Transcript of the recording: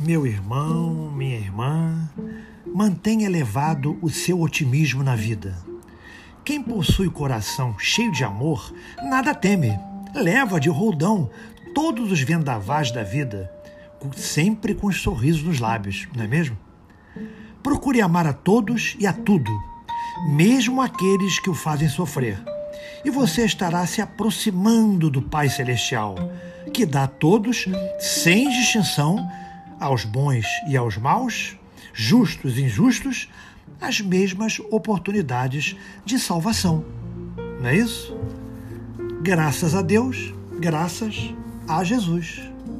Meu irmão, minha irmã, mantenha elevado o seu otimismo na vida. Quem possui coração cheio de amor, nada teme. Leva de roldão todos os vendavais da vida, sempre com um sorriso nos lábios, não é mesmo? Procure amar a todos e a tudo, mesmo aqueles que o fazem sofrer. E você estará se aproximando do Pai Celestial, que dá a todos, sem distinção, aos bons e aos maus, justos e injustos, as mesmas oportunidades de salvação. Não é isso? Graças a Deus, graças a Jesus.